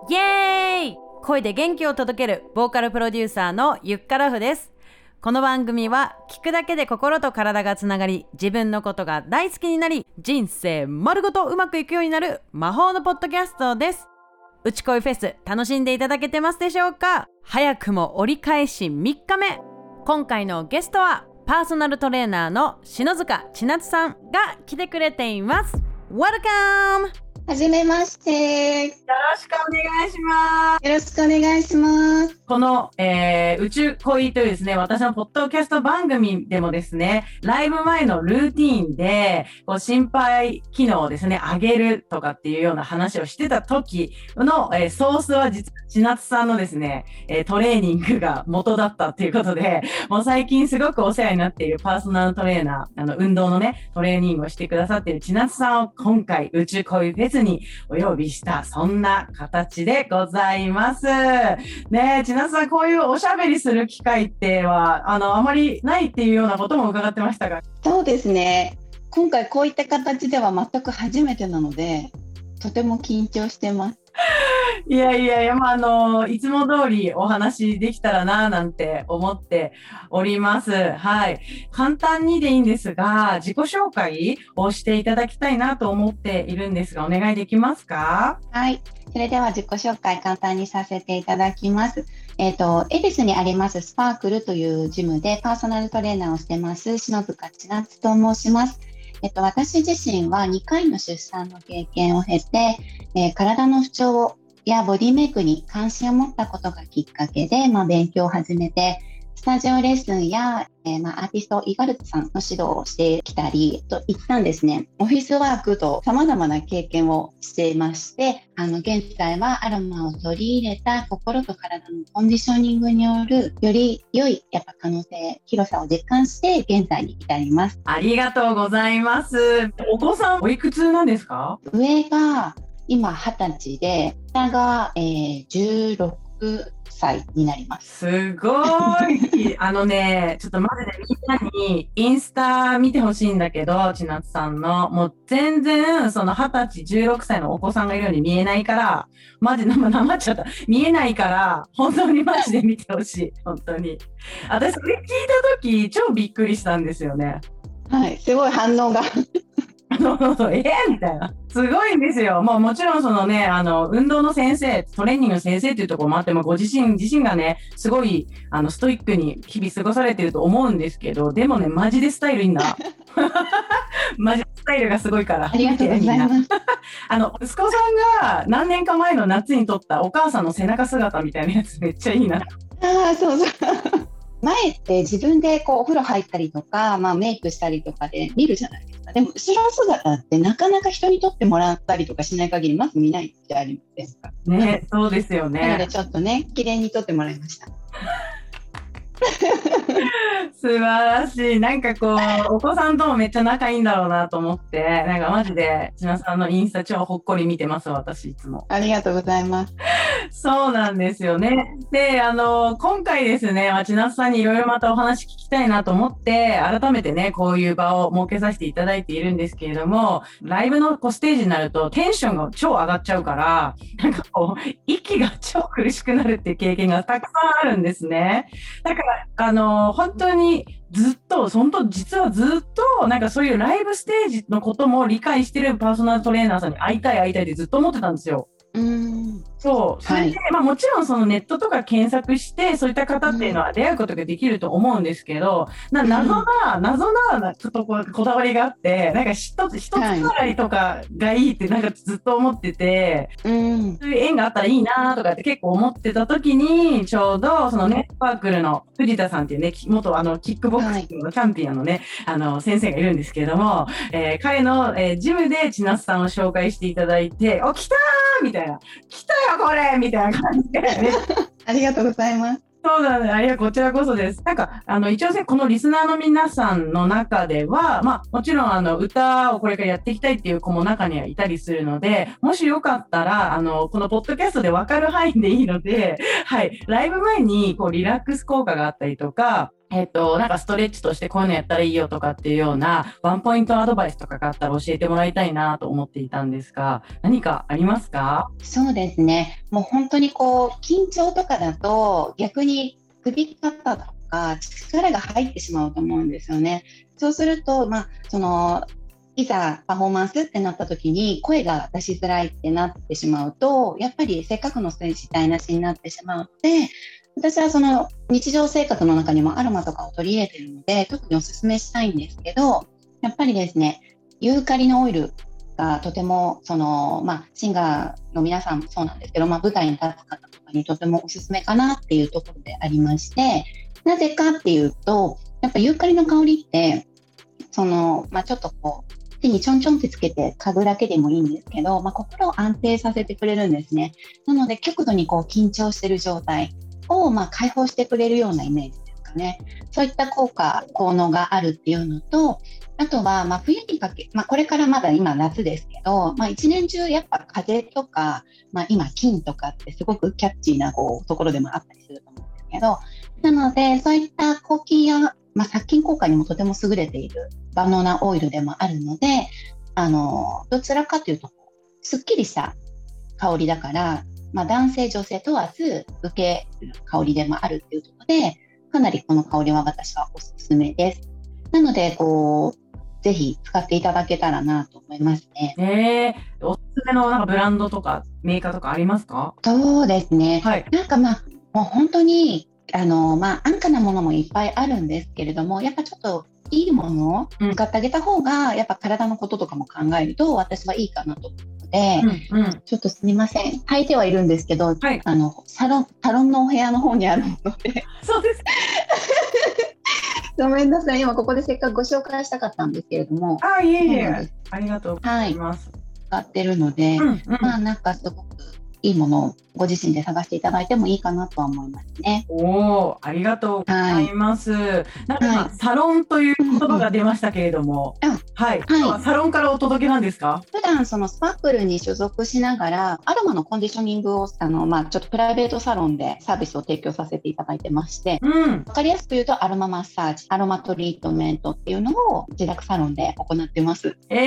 イエーイ！声で元気を届けるボーカルプロデューサーのゆっからふです。この番組は聞くだけで心と体がつながり、自分のことが大好きになり、人生丸ごとうまくいくようになる魔法のポッドキャストです。うちこいフェス楽しんでいただけてますでしょうか？早くも折り返し3日目。今回のゲストはパーソナルトレーナーの篠塚千夏さんが来てくれています。 Welcome！ はじめまして。 よろしくお願いします。 よろしくお願いします。 この、宇宙恋というですね、私のポッドキャスト番組でもですね、ライブ前のルーティーンで、こう心肺機能をですね、上げるとかっていうような話をしてた時の、ソースは実は千夏さんのですね、トレーニングが元だったっていうことで、もう最近すごくお世話になっているパーソナルトレーナー、運動のね、トレーニングをしてくださっている千夏さんを今回宇宙恋フェスにお呼びした、そんな形でございます。ねえ、千夏さん、こういうおしゃべりする機会っては、あまりないっていうようなことも伺ってましたが。 そうですね。今回こういった形では全く初めてなので、とても緊張してます。 いや、いつも通りお話できたらななんて思っております。はい。簡単にでいいんですが、自己紹介をしていただきたいなと思っているんですが、お願いできますか？ はい。それでは自己紹介簡単にさせていただきます。恵比寿にありますスパークルというジムでパーソナルトレーナーをしてます篠塚千夏と申します。私自身は2回の出産の経験を経て、体の不調やボディメイクに関心を持ったことがきっかけで、勉強を始めて、スタジオレッスンや、アーティストイガルトさんの指導をしてきたりと一旦ですね、オフィスワークと様々な経験をしていまして、現在はアロマを取り入れた心と体のコンディショニングによるより良い可能性、広さを実感して現在に至ります。 ありがとうございます。お子さんおいくつなんですか？ 上が今20歳で、下が、16歳になります。 すごい。ちょっとマジでみんなにインスタ見てほしいんだけど、千夏さんの。もう全然、その20歳、16歳のお子さんがいるように見えないから、マジ生っちゃった。見えないから、本当にマジで見てほしい。本当に。私、それ聞いたとき、超びっくりしたんですよね。 はい、すごい反応が。 みたいな。すごいんですよ。もちろんそのね、運動の先生、トレーニングの先生っていうところもあって、ご自身がね、すごい、ストイックに日々過ごされてると思うんですけど、でもね、マジでスタイルいいんだ。マジでスタイルがすごいから。 ありがとうございます。 息子さんが何年か前の夏に撮ったお母さんの背中姿みたいなやつめっちゃいいな。 そう。前って自分でお風呂入ったりとか、メイクしたりとかで見るじゃないですか。でも後ろ姿ってなかなか人に撮ってもらったりとかしない限りまず見ないってありませんかね。そうですよね。 なのでちょっとね、綺麗に撮ってもらいました。 素晴らしい。なんかお子さんともめっちゃ仲いいんだろうなと思って、なんかマジで千夏さんのインスタ超ほっこり見てます、私いつも。 ありがとうございます。 そうなんですよね。で、今回ですね、千夏さんにいろいろまたお話聞きたいなと思って、改めてね、こういう場を設けさせていただいているんですけれども、ライブのステージになるとテンションが超上がっちゃうから、なんか息が超苦しくなるっていう経験がたくさんあるんですね。だから、本当に実はずっと、なんかそういうライブステージのことも理解してるパーソナルトレーナーさんに会いたいってずっと思ってたんですよ。そう。それで、もちろんそのネットとか検索して、そういった方っていうのは出会うことができると思うんですけど、謎なちょっとこだわりがあって、なんか一つながりとかがいいってなんかずっと思ってて、そういう縁があったらいいなとかって結構思ってた時に、ちょうどそのね、スパークルの藤田さんっていうね、元キックボクシングのチャンピオンのね、先生がいるんですけれども、彼の、ジムで千夏さんを紹介していただいて、来たーみたいな。来たよこれみたいな感じで、ね。 ありがとうございます。 そうだね。こちらこそです。なんか、一応このリスナーの皆さんの中では、もちろん歌をこれからやっていきたいっていう子も中にはいたりするので、もしよかったら、このポッドキャストでわかる範囲でいいので、はい、ライブ前にリラックス効果があったりとか、 なんかストレッチとしてこういうのやったらいいよとかっていうようなワンポイントアドバイスとかがあったら教えてもらいたいなと思っていたんですが、何かありますか？ そうですね。もう本当に緊張とかだと逆に首肩とか力が入ってしまうと思うんですよね。そうすると、いざパフォーマンスってなった時に声が出しづらいってなってしまうと、やっぱりせっかくのステージ台無しになってしまうので、私はその日常生活の中にもアロマとかを取り入れているので、特にお勧めしたいんですけど、やっぱりですね、ユーカリのオイルがとてもシンガーの皆さんもそうなんですけど、舞台に立つ方とかにとてもおすすめかなっていうところでありまして、なぜかっていうと、やっぱユーカリの香りってちょっと手にちょんちょんってつけて嗅ぐだけでもいいんですけど、心を安定させてくれるんですね。なので極度に緊張している状態を解放してくれるようなイメージですかね。そういった効能があるっていうのと、あとは冬にかけ、これからまだ今夏ですけど、一年中やっぱ風とか、今金とかってすごくキャッチーなところでもあったりすると思うんですけど、なのでそういった抗菌や、殺菌効果にもとても優れている万能なオイルでもあるので、どちらかというとすっきりした香りだから、男性女性問わず受ける香りでもあるっていうところで、かなりこの香りは私はおすすめです。なのでぜひ使っていただけたらなと思いますね。 おすすめのなんかブランドとかメーカーとかありますか？ そうですね。 はい。 なんかもう本当に安価なものもいっぱいあるんですけれども、やっぱちょっといいものを使ってあげた方が、やっぱ体のこととかも考えると私はいいかなと思うので、ちょっとすみません、履いてはいるんですけど、 はい、 サロンのお部屋の方にあるのでそうです。 ごめんなさい、今ここでせっかくご紹介したかったんですけれども、 いえいえ、ありがとうございます。 使ってるので、なんかすごくいいものをご自身で探していただいてもいいかなとは思いますね。 ありがとうございます。なんかサロンという言葉が出ましたけれども、サロンからお届けなんですか？ 普段そのスパークルに所属しながらアロマのコンディショニングをちょっとプライベートサロンでサービスを提供させていただいてまして、分かりやすく言うとアロママッサージ、アロマトリートメントっていうのを自宅サロンで行ってます。 すご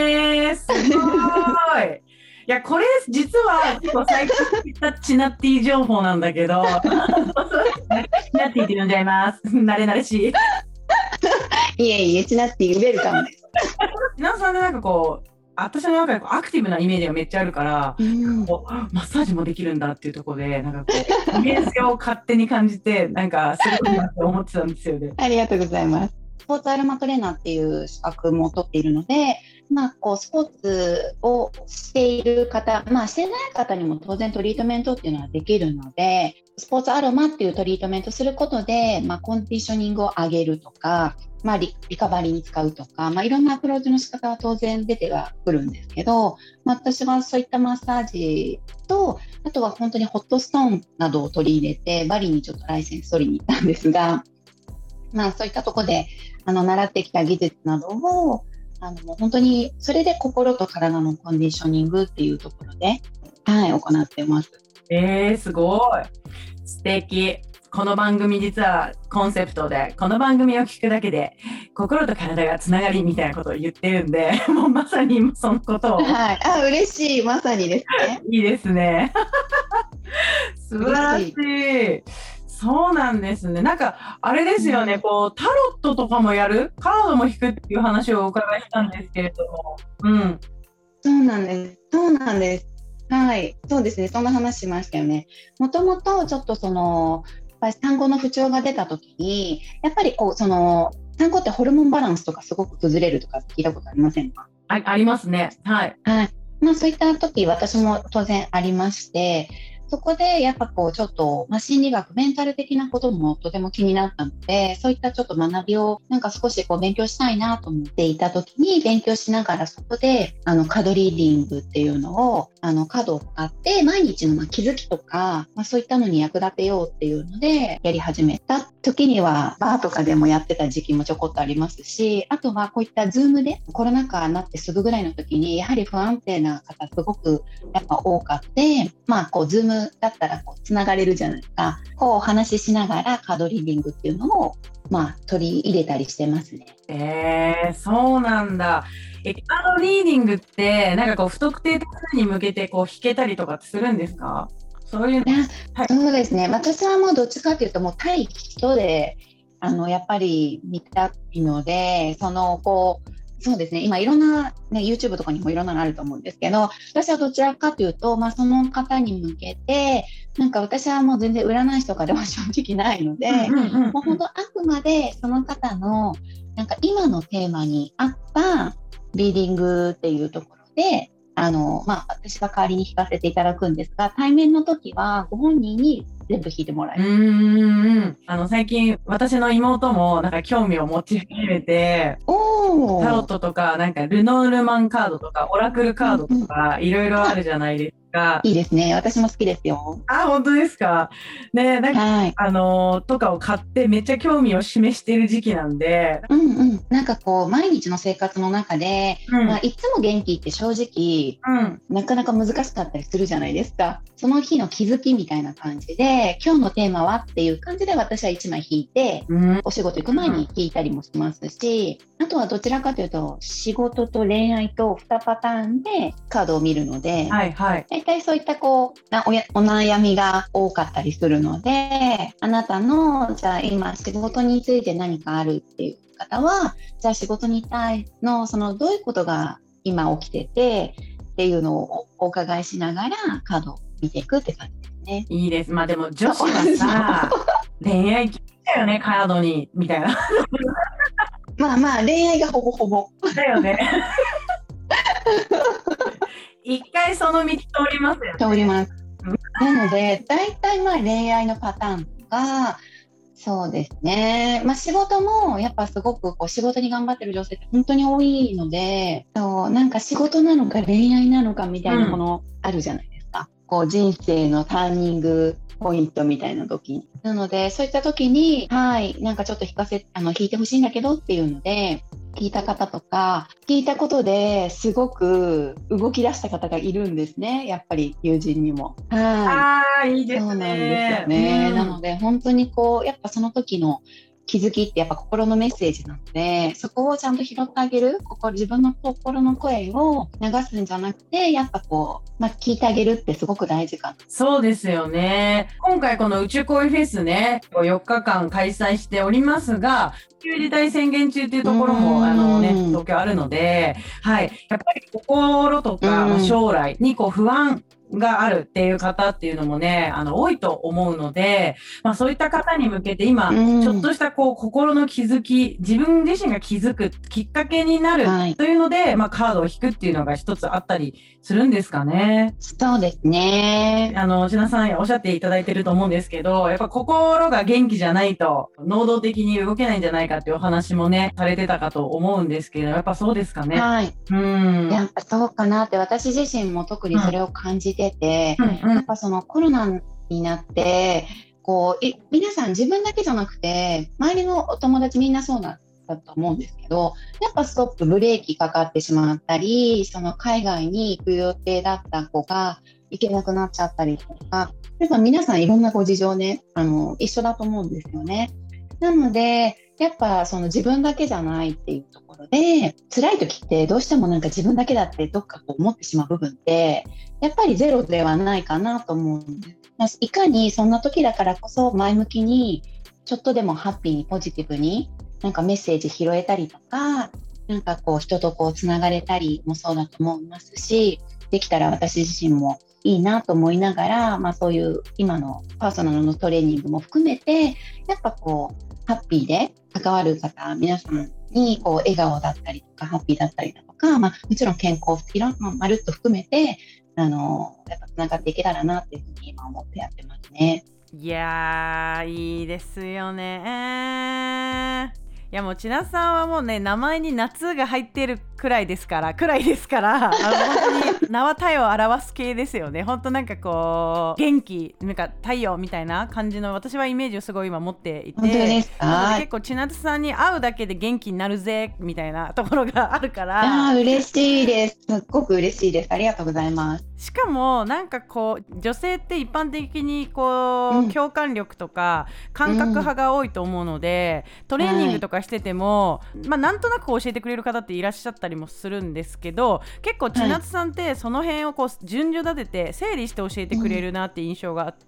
い。いや、これ実は結構最近知ったチナッティ情報なんだけど、チナッティって呼んじゃいます。慣れ慣れしい。 いえいえ、チナッティウェルカムです。 チナさんでなんか私の中でアクティブなイメージがめっちゃあるから、マッサージもできるんだっていうところで、なんかイメージを勝手に感じて、なんかすごいなって思ってたんですよね。 ありがとうございます。スポーツアロマトレーナーっていう資格も取っているので、スポーツをしている方、してない方にも当然トリートメントっていうのはできるので、スポーツアロマっていうトリートメントすることで、コンディショニングを上げるとか、リカバリーに使うとか、いろんなアプローチの仕方は当然出てはくるんですけど、私はそういったマッサージと、あとは本当にホットストーンなどを取り入れて、バリにちょっとライセンス取りに行ったんですが、そういったところで習ってきた技術などをもう本当にそれで心と体のコンディショニングっていうところで、行ってます。 すごい素敵。この番組実はコンセプトで、この番組を聞くだけで心と体がつながりみたいなことを言ってるんで、もうまさにそのことを。 嬉しい、まさにですね。 いいですね。素晴らしい。そうなんですね。なんかあれですよね、タロットとかもやる、カードも引くっていう話をお伺いしたんですけれども。 そうなんです。そうなんです。そうですね。そんな話しましたよね。もともとちょっとやっぱり産後の不調が出た時に、やっぱり産後ってホルモンバランスとかすごく崩れるとか聞いたことありませんか？ ありますね。 そういった時私も当然ありまして、そこでやっぱちょっと、心理学、メンタル的なこともとても気になったので、そういったちょっと学びをなんか少し勉強したいなと思っていたときに、勉強しながらそこでカードリーディングっていうのをカードを使って毎日の気づきとか、そういったのに役立てようっていうのでやり始めた時にはバーとかでもやってた時期もちょこっとありますし、あとはこういったズームでコロナ禍になってすぐぐらいの時にやはり不安定な方すごくやっぱ多かって、ズームだったらつながれるじゃないですか。お話ししながらカードリーディングっていうのを取り入れたりしてますね。 そうなんだ。カードリーディングって、なんかこう、不特定多数に向けてこう弾けたりとかするんですか？そういうの。はい。 そうですね。私はもうどっちかというと、もう対人で、やっぱり見たいので、そうですね。今いろんな、ね、YouTube とかにもいろんなのあると思うんですけど、私はどちらかというと、その方に向けて、なんか私はもう全然占い師とかでは正直ないので、もう本当あくまでその方の、なんか今のテーマに合ったリーディングっていうところで、私が代わりに弾かせていただくんですが、対面の時はご本人に全部弾いてもらいます。 最近、私の妹もなんか興味を持ち始めて、タロットとか、なんかルノールマンカードとか、オラクルカードとか、いろいろあるじゃないですか。 いいですね。私も好きですよ。 本当ですか？ね、なんか、 はい。 とかを買ってめっちゃ興味を示している時期なんで。 なんかこう、毎日の生活の中で、いつも元気って正直、なかなか難しかったりするじゃないですか。その日の気づきみたいな感じで、今日のテーマはっていう感じで私は1枚引いて、お仕事行く前に引いたりもしますし、あとはどちらかというと、仕事と恋愛と2パターンでカードを見るので、大体そういったお悩みが多かったりするので、あなたの、じゃあ今仕事について何かあるっていう方は、じゃあ仕事に対のどういうことが今起きててっていうのをお伺いしながらカードを見ていくって感じですね。 いいです。でも女子はさ、恋愛聞いたよね、カードに、みたいな。 恋愛がほぼほぼ。 だよね。一回その道通りますよね。 通ります。なので、大体恋愛のパターンが、そうですね。仕事もやっぱすごく仕事に頑張ってる女性って本当に多いので、なんか仕事なのか恋愛なのかみたいなものあるじゃないですか。人生のターニングポイントみたいな時に。なので、そういった時に、なんかちょっと弾いてほしいんだけどっていうので、聞いた方とか、聞いたことですごく動き出した方がいるんですね。やっぱり友人にも。 いいですね。 そうなんですよね。なので本当にやっぱその時の気づきってやっぱ心のメッセージなので、そこをちゃんと拾ってあげる、自分の心の声を流すんじゃなくて、やっぱ聞いてあげるってすごく大事かな。 そうですよね。今回この宇宙恋フェスね、4日間開催しておりますが、緊急事態宣言中っていうところも東京あるので、やっぱり心とか将来に不安があるっていう方っていうのもね、多いと思うので、そういった方に向けて今、ちょっとした心の気づき、自分自身が気づくきっかけになるというので、カードを引くっていうのが一つあったりするんですかね。 そうですね。 千奈さんおっしゃっていただいてると思うんですけど、やっぱ心が元気じゃないと、能動的に動けないんじゃないかっていうお話もね、されてたかと思うんですけど、やっぱそうですかね。 やっぱそうかなって、私自身も特にそれを感じてて、やっぱコロナになって、皆さん自分だけじゃなくて、周りのお友達みんなそうだと思うんですけど、やっぱストップ、ブレーキかかってしまったり、海外に行く予定だった子が行けなくなっちゃったりとか、やっぱ皆さんいろんなご事情ね、一緒だと思うんですよね。なので、やっぱ自分だけじゃないっていうところで、辛い時ってどうしてもなんか自分だけだってどっか思ってしまう部分って、やっぱりゼロではないかなと思うんです。いかにそんな時だからこそ前向きに、ちょっとでもハッピーにポジティブに、なんかメッセージ拾えたりとか、なんか人とつながれたりもそうだと思いますし、できたら私自身もいいなと思いながら、そういう今のパーソナルのトレーニングも含めて、やっぱハッピーで関わる方、皆さんに笑顔だったりとか、ハッピーだったりだとか、もちろん健康、いろんなまるっと含めて、やっぱつながっていけたらなっていうふうに今思ってやってますね。 いやー、いいですよね。いやもう千奈さんはもうね、名前に夏が入ってるくらいですから本当に名は体を表す系ですよね。ほんとなんかこう元気なんか太陽みたいな感じの私はイメージをすごい今持っていて、 本当ですか？ なので結構千夏さんに会うだけで元気になるぜみたいなところがあるから、 嬉しいです。すっごく嬉しいです。ありがとうございます。 しかもなんかこう女性って一般的にこう、共感力とか感覚派が多いと思うので、トレーニングとかしてても、なんとなく教えてくれる方っていらっしゃったりもするんですけど、結構千夏さんってその辺をこう順序立てて整理して教えてくれるなって印象があって、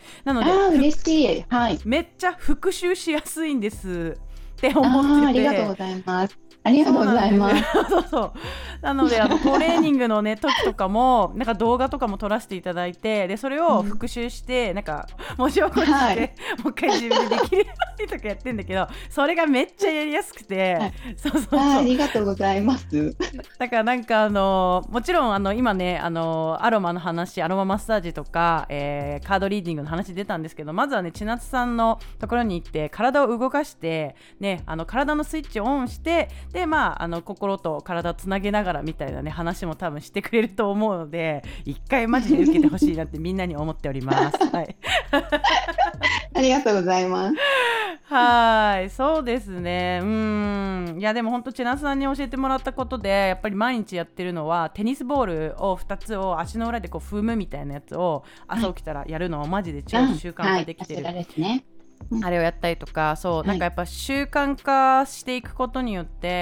なので嬉しい、 めっちゃ復習しやすいんですって思ってて、 ありがとうございます。ありがとうございます。 そうなのでトレーニングのね時とかもなんか動画とかも撮らせていただいて、でそれを復習して、なんか文字起こしして、もう一回自分でできるようにとかやってんだけど、それがめっちゃやりやすくて、 ありがとうございます。 だからなんかもちろん今ねアロマの話、アロママッサージとか、カードリーディングの話出たんですけど、まずはね千夏さんのところに行って体を動かしてね、体のスイッチをオンして、で心と体をつなげながらみたいなね話も多分してくれると思うので、一回マジで受けてほしいなってみんなに思っております。はい、 ありがとうございます。 はい、そうですね。いやでも本当千夏さんに教えてもらったことで、やっぱり毎日やってるのはテニスボールを2つを足の裏でこう踏むみたいなやつを朝起きたらやるのをマジで超習慣化できてる。あれをやったりとか、なんかやっぱ習慣化していくことによって、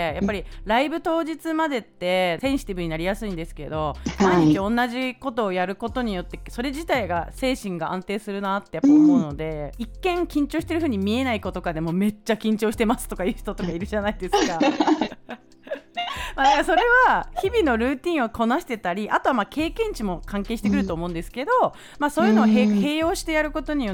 やっぱりライブ当日までってセンシティブになりやすいんですけど、毎日同じことをやることによってそれ自体が精神が安定するなってやっぱ思うので、一見緊張してる風に見えない子とかでもめっちゃ緊張してますとかいう人とかいるじゃないですか。だからそれは日々のルーティンをこなしてたり、あとは経験値も関係してくると思うんですけど、そういうのを併用してやることによって、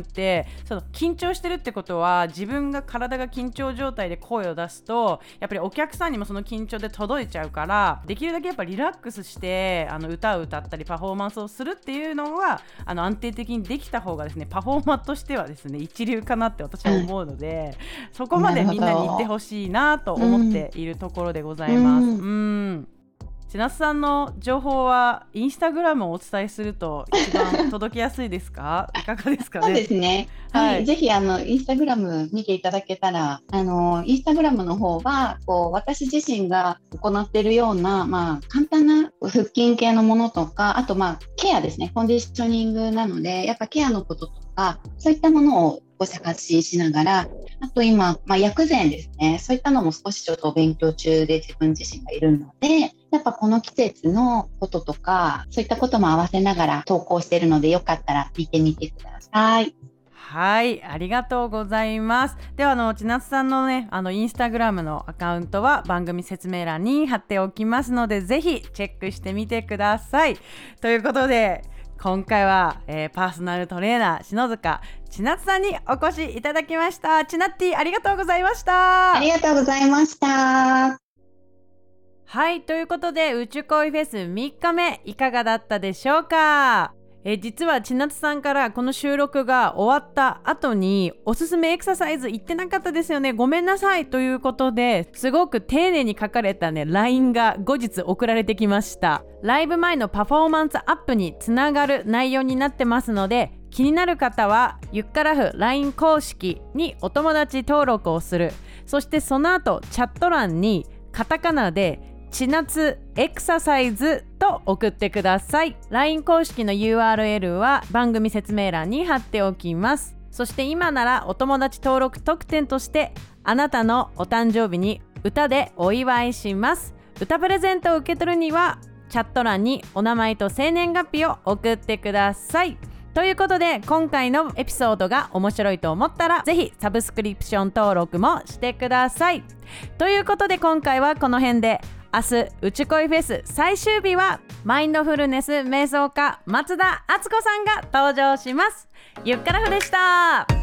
その緊張してるってことは自分が体が緊張状態で声を出すとやっぱりお客さんにもその緊張で届いちゃうから、できるだけやっぱリラックスして歌を歌ったりパフォーマンスをするっていうのは安定的にできた方がですね、パフォーマーとしてはですね一流かなって私は思うので、そこまでみんなに言ってほしいなと思っているところでございます。千夏さんの情報はインスタグラムをお伝えすると一番届きやすいですか？いかがですかね？ そうですね、ぜひインスタグラム見ていただけたら、インスタグラムの方はこう私自身が行っているような、簡単な腹筋系のものとか、あとケアですね、コンディショニングなのでやっぱケアのこととかそういったものをお探ししながら、あと今、薬膳ですね、そういったのも少しちょっと勉強中で自分自身がいるので、やっぱこの季節のこととかそういったことも合わせながら投稿しているので、よかったら見てみてください。 はい、ありがとうございます。では千夏さんのねインスタグラムのアカウントは番組説明欄に貼っておきますので、ぜひチェックしてみてください。ということで今回は、パーソナルトレーナー篠塚千夏さんにお越しいただきました。チナッティありがとうございました。 ありがとうございました。 はい、ということで宇宙恋フェス3日目いかがだったでしょうか？実は千夏さんからこの収録が終わった後におすすめエクササイズ言ってなかったですよね、ごめんなさいということで、すごく丁寧に書かれたね LINE が後日送られてきました。ライブ前のパフォーマンスアップにつながる内容になってますので、気になる方はゆっからふ LINE 公式にお友達登録をする。そしてその後チャット欄にカタカナで千夏エクササイズと送ってください。 LINE 公式の URL は番組説明欄に貼っておきます。そして今ならお友達登録特典としてあなたのお誕生日に歌でお祝いします。歌プレゼントを受け取るにはチャット欄にお名前と生年月日を送ってください。ということで今回のエピソードが面白いと思ったらぜひサブスクリプション登録もしてください。ということで今回はこの辺で、明日うちこいフェス最終日はマインドフルネス瞑想家松田敦子さんが登場します。ゆっからふでした。